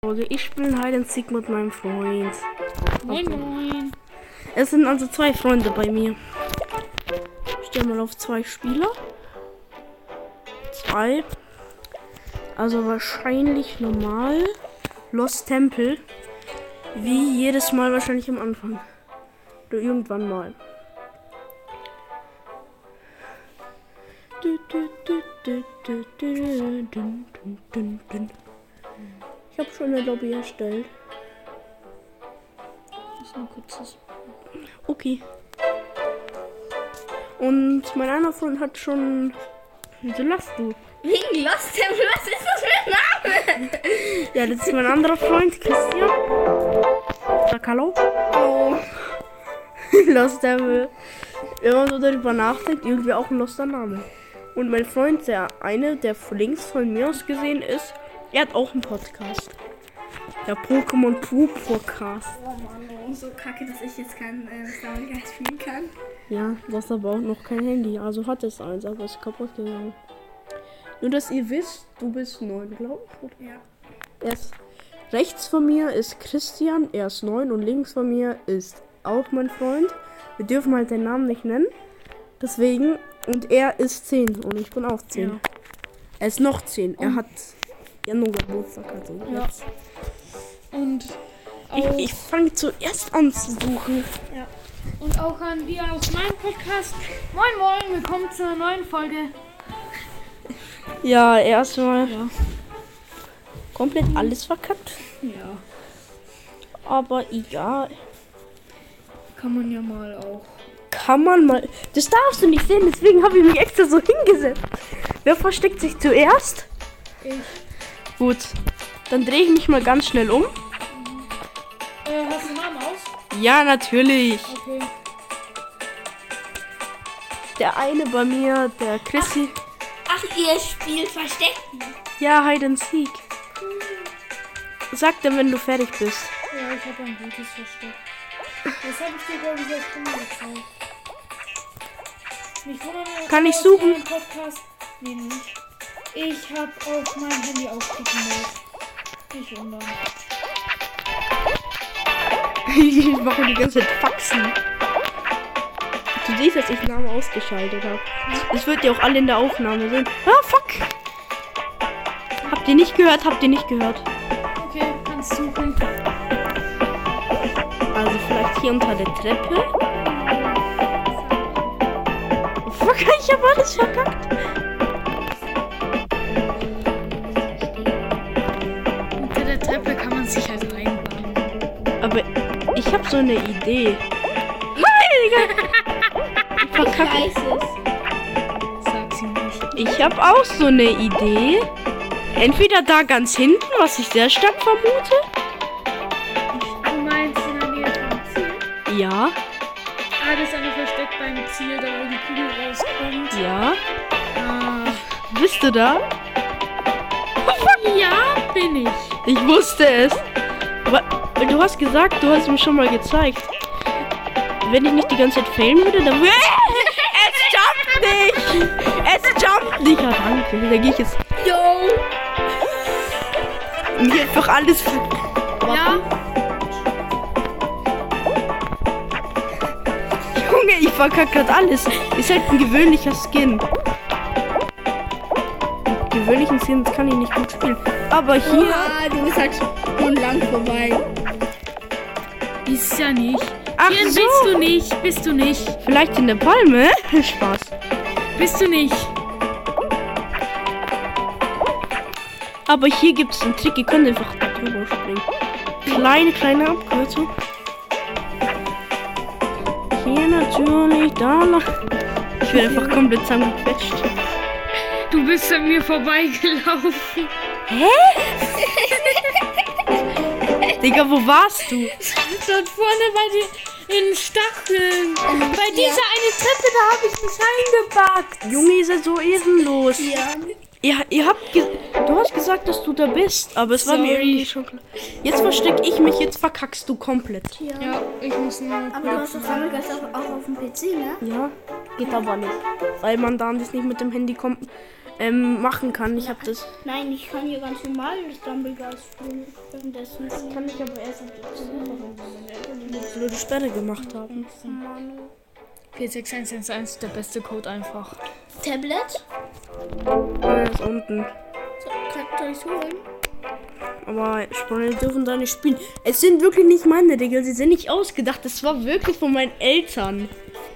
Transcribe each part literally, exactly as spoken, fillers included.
Also ich spiele Hide and Seek mit meinem Freund. Moin moin. Es sind also zwei Freunde bei mir. Ich stelle mal auf zwei Spieler. Zwei. Also wahrscheinlich normal. Lost Temple. Wie jedes Mal wahrscheinlich am Anfang. Oder irgendwann mal. Ich habe schon eine Lobby erstellt. Das ist ein kurzes. Okay. Und mein einer Freund hat schon... Wieso lachst du? Wegen Lost Temple, was ist das für ein Name? Ja, das ist mein anderer Freund, Christian. Sag hallo. Oh. Lost Temple. Wenn man so darüber nachdenkt, irgendwie auch ein loster Name. Und mein Freund, der eine, der links von mir aus gesehen ist, er hat auch einen Podcast. Der Pokémon Pro Podcast. Oh Mann, oh, so kacke, dass ich jetzt kein äh, Star Wars spielen kann. Ja, du hast aber auch noch kein Handy. Also hat es eins, aber ist kaputt gegangen. Nur, dass ihr wisst, du bist neun, glaube ich. Ja. Er ist rechts von mir ist Christian, er ist neun und links von mir ist auch mein Freund. Wir dürfen halt den Namen nicht nennen. Deswegen, und er ist zehn und ich bin auch zehn. Ja. Er ist noch zehn. Er hat ja nur Geburtstag. Also Ja. jetzt. Und Ich, auch, ich fange zuerst an zu suchen. ja. Und auch an die aus meinem Podcast. Moin moin, willkommen zur neuen Folge. Ja, erstmal Ja. komplett alles verkackt. Ja. Aber egal. Kann man ja mal auch. Kann man mal. Das darfst du nicht sehen, deswegen habe ich mich extra so hingesetzt. Wer versteckt sich zuerst? Ich. Gut. Dann drehe ich mich mal ganz schnell um. Äh, hast du den Namen aus? Ja, natürlich. Okay. Der eine bei mir, der Chrissy. Ach, ihr spielt Verstecken. Ja, Hide and Seek. Sag dann, wenn du fertig bist. Ja, ich habe ein gutes Versteck. Das habe ich dir, glaube ich, auch schon mal gezeigt. Nicht wundern, Kann ich auf suchen? meinem Podcast. Nee, nicht. Ich habe auf meinem Handy aufklicken müssen. Nicht wundern. Ich mache die ganze Zeit Faxen. Du siehst, dass ich Namen ausgeschaltet habe. Das wird ja auch alle in der Aufnahme sehen. Ah, fuck. Habt ihr nicht gehört? Habt ihr nicht gehört? Okay, kannst suchen. Also vielleicht hier unter der Treppe. Fuck, ich habe alles verkackt. Unter der Treppe kann man sich halt reinbauen. Aber ich habe so eine Idee. Heiliger! Ich verkacke. Ich weiß es. Sag sie nicht. Ich habe auch so eine Idee. Entweder da ganz hinten, was ich sehr stark vermute. Du meinst in der Nähe vom Ziel? Ja, Ah, das ist eine versteckt beim Ziel, da wo die Kugel rauskommt. ja. Ah. Bist du da? Ja, bin ich. Ich wusste es. Aber du hast gesagt, du hast mir schon mal gezeigt. Wenn ich nicht die ganze Zeit failen würde, dann... Es jumpt nicht! Es jumpt nicht! Ja, danke. Da gehe ich jetzt... Yo. Mir einfach alles... Ja. Junge, ich verkacke gerade alles. Ist halt ein gewöhnlicher Skin. Mit gewöhnlichen Skins kann ich nicht gut spielen. Aber hier... Ah, du bist halt schon lang vorbei. Ist ja nicht. Ach Hier so. bist du nicht, bist du nicht, Vielleicht in der Palme? Spaß. bist du nicht. Aber hier gibt es einen Trick. Ihr könnt einfach da drüber springen. Kleine, kleine Abkürzung. Hier natürlich, da lang. Ich werde einfach komplett zusammengequetscht. Du bist an mir vorbeigelaufen. Digga, wo warst du? Dort vorne bei den in Stacheln. Bei dieser eine Treppe, da habe ich mich eingebackt. Junge, ihr seid so ehrenlos. Ja. Ihr, ihr habt ge du hast gesagt, dass du da bist, aber es war mir Sorry. irgendwie schon klar. Jetzt versteck ich mich, jetzt verkackst du komplett. Ja, ich muss mal. Aber du hast doch Sammelgeist auch, auch auf dem P C, ne? Ja, geht aber nicht. Weil man da das nicht mit dem Handy kommt. ähm, machen kann. Ich habe das. Nein, ich kann hier ganz normal Stumbleguys spielen. Währenddessen. Das kann ich aber erst auf der eine blöde Sperre gemacht haben. vier sechs eins eins eins ist der beste Code einfach. Tablet? Er ist unten. So, kann, soll ich holen? Aber Freunde dürfen da nicht spielen. Es sind wirklich nicht meine Regeln. Sie sind nicht ausgedacht. Das war wirklich von meinen Eltern.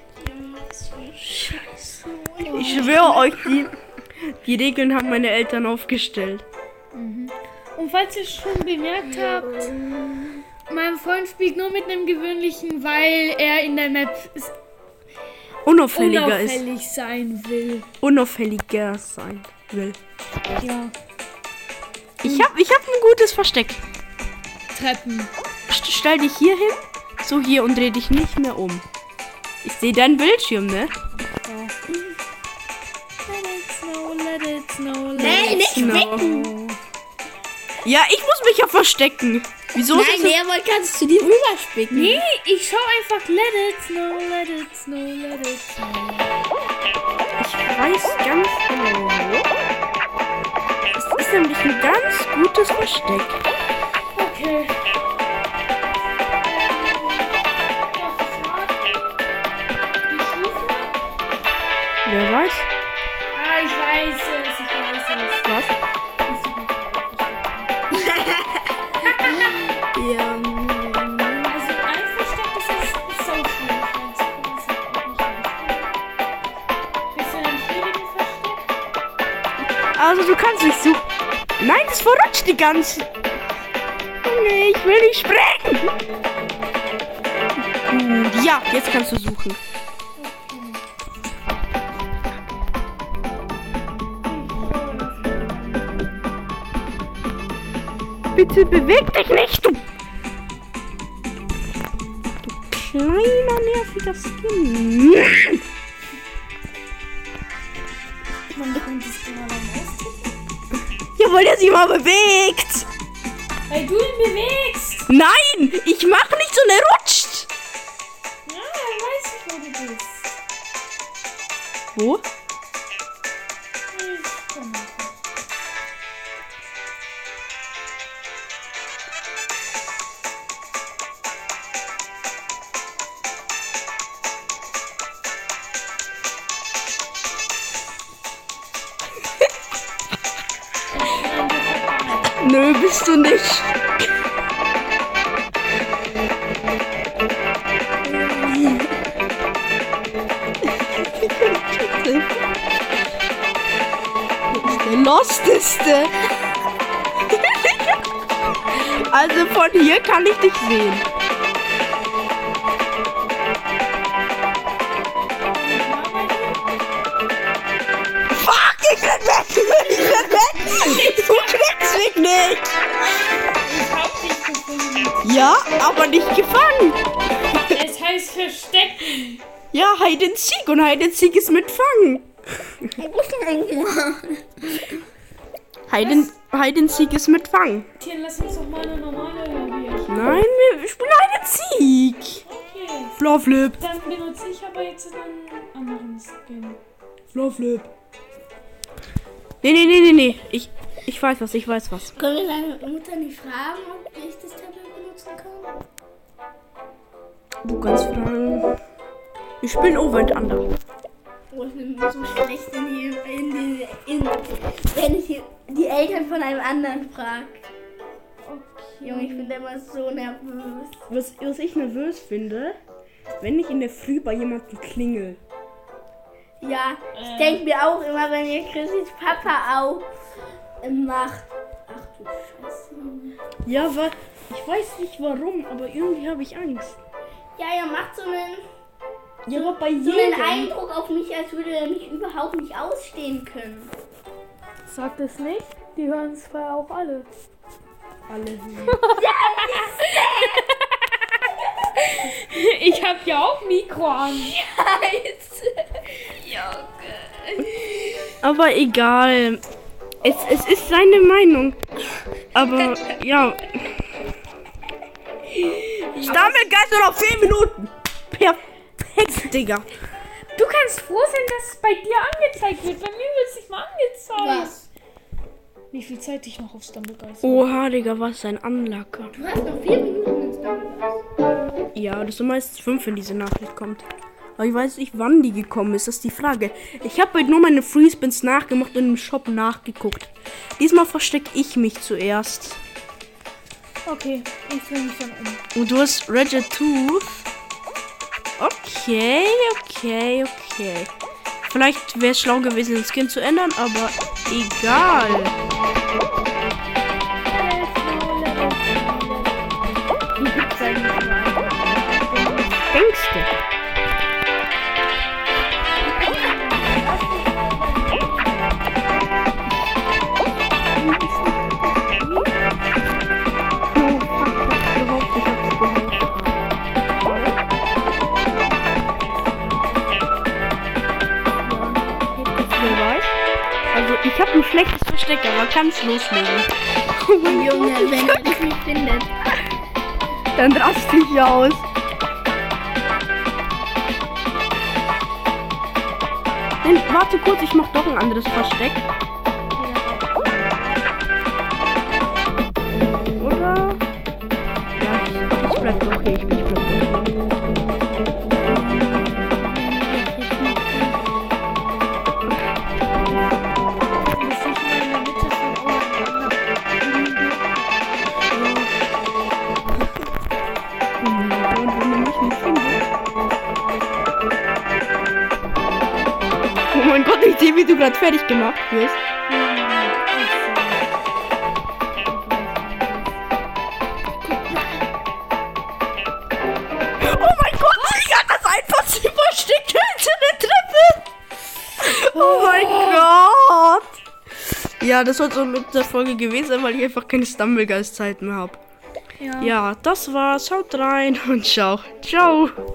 Scheiße. Ich schwöre euch, die, die Regeln haben meine Eltern aufgestellt. Und falls ihr schon bemerkt habt, mein Freund spielt nur mit einem gewöhnlichen, weil er in der Map ist, Unauffälliger unauffällig sein will. ist. Unauffälliger sein will. Ja. Ich hab, ich hab ein gutes Versteck. Treppen. St- Stell dich hier hin. So hier und dreh dich nicht mehr um. Ich sehe deinen Bildschirm, ne? Let it snow, let it snow, let Nee, it nicht snow. spicken. Ja, ich muss mich ja verstecken. Wieso Nein, ist nee, aber kannst du die rüberspicken. Nee, ich schau einfach let it snow, let it snow, let it snow. Ich weiß ganz genau. Es ist nämlich ein ganz gutes Versteck. Okay. Wer weiß? Ah, ich weiß es, ich weiß es. Was? Ja. Also ein Versteck, das ist, ist so schwierig. Das ist auch nicht schwierig. Bist du in einem schwierigen Versteck? Also du kannst nicht so. Nein, das verrutscht die ganze. Nee, ich will nicht springen. Gut, ja, jetzt kannst du suchen. Bitte beweg dich nicht, du. Du kleiner nerviger Skin. Man könnte es genau lang austippen. Ja, weil er sich mal bewegt. Weil du ihn bewegst. Nein, ich mach nicht so, ne rutscht. Ja, er weiß nicht, wo du bist. Wo? Ich komm nicht. Nö, bist du nicht. Der Losteste. Also von hier kann ich dich sehen. Fuck, ich bin weg, ich bin weg. Du kriegst mich nicht. Ich hab dich gefunden. Ja, aber nicht gefangen. Es heißt verstecken. Ja, Hide and Seek und Hide and Seek ist mit Fangen. Hide and, Hide and Seek ist mit Fangen. Tja, lass uns doch mal eine normale Lobby erstellen. Nein, wir spielen Hide and Seek. Okay. Flowflip. Dann benutze ich aber jetzt einen anderen Skin. Flowflip. Nee, nee, nee, nee, nee. Ich, ich weiß was, ich weiß was. Können wir deine Mutter nicht fragen, ob ich das Tablet benutzen kann? Du kannst fragen. Wir spielen Over and Under. Oh, ich bin so schlecht in die, in die, in, wenn ich die, die Eltern von einem anderen frage. Okay. Junge, ich bin immer so nervös. Was, was ich nervös finde, wenn ich in der Früh bei jemandem klingel. Ja, ich Äh. denke mir auch immer, wenn ihr Chrissys Papa auf macht. Ach du Scheiße. Junge. Ja, weil ich weiß nicht warum, aber irgendwie habe ich Angst. Ja, er macht so einen, Ja, aber bei so einen jedem. Eindruck auf mich, als würde er mich überhaupt nicht ausstehen können. Sag das nicht. Die hören es vorher auch alle. Alle. Ich hab ja auch Mikro an. Scheiße. Junge. Aber egal. Es, es ist seine Meinung. Aber ja. Stammelgeist nur noch zehn Minuten. Perfekt, Digga. Du kannst kannst froh sein, dass es bei dir angezeigt wird. Bei mir wird es nicht mal angezeigt. Was? Wie viel Zeit ich noch auf Stumblegeist habe. Oha, Digga, was ist ein Anlacker? Du hast noch vier Minuten ins Stumblegeist. Ja, das ist meistens fünf, wenn diese Nachricht kommt. Aber ich weiß nicht, wann die gekommen ist. Das ist die Frage. Ich habe heute nur meine Freespins nachgemacht und im Shop nachgeguckt. Diesmal verstecke ich mich zuerst. Okay, ich drehe mich dann um. Und du hast Reggie Tooth. Okay, okay, okay. Vielleicht wäre es schlau gewesen, den Skin zu ändern, aber egal. Wie gibt's eigentlich mal? Denkst du? Also ich habe ein schlechtes Versteck, aber kann's loslegen. Junge, wenn er dich nicht findet. Dann raste ich aus. Nein, warte kurz, ich mach doch ein anderes Versteck. Oder? Ja, ich, ich bleib doch hier. Ich, ich bleib doch hier. Oh mein Gott, ich sehe, wie du gerade fertig gemacht wirst. Oh mein Gott, ich kann das einfach zu versteckt hinter der Treppe. Oh mein Gott. Ja, das soll so eine Folge gewesen sein, weil ich einfach keine Stumblegeist-Zeit mehr habe. Ja. Ja, das war's. Haut rein und ciao. Ciao.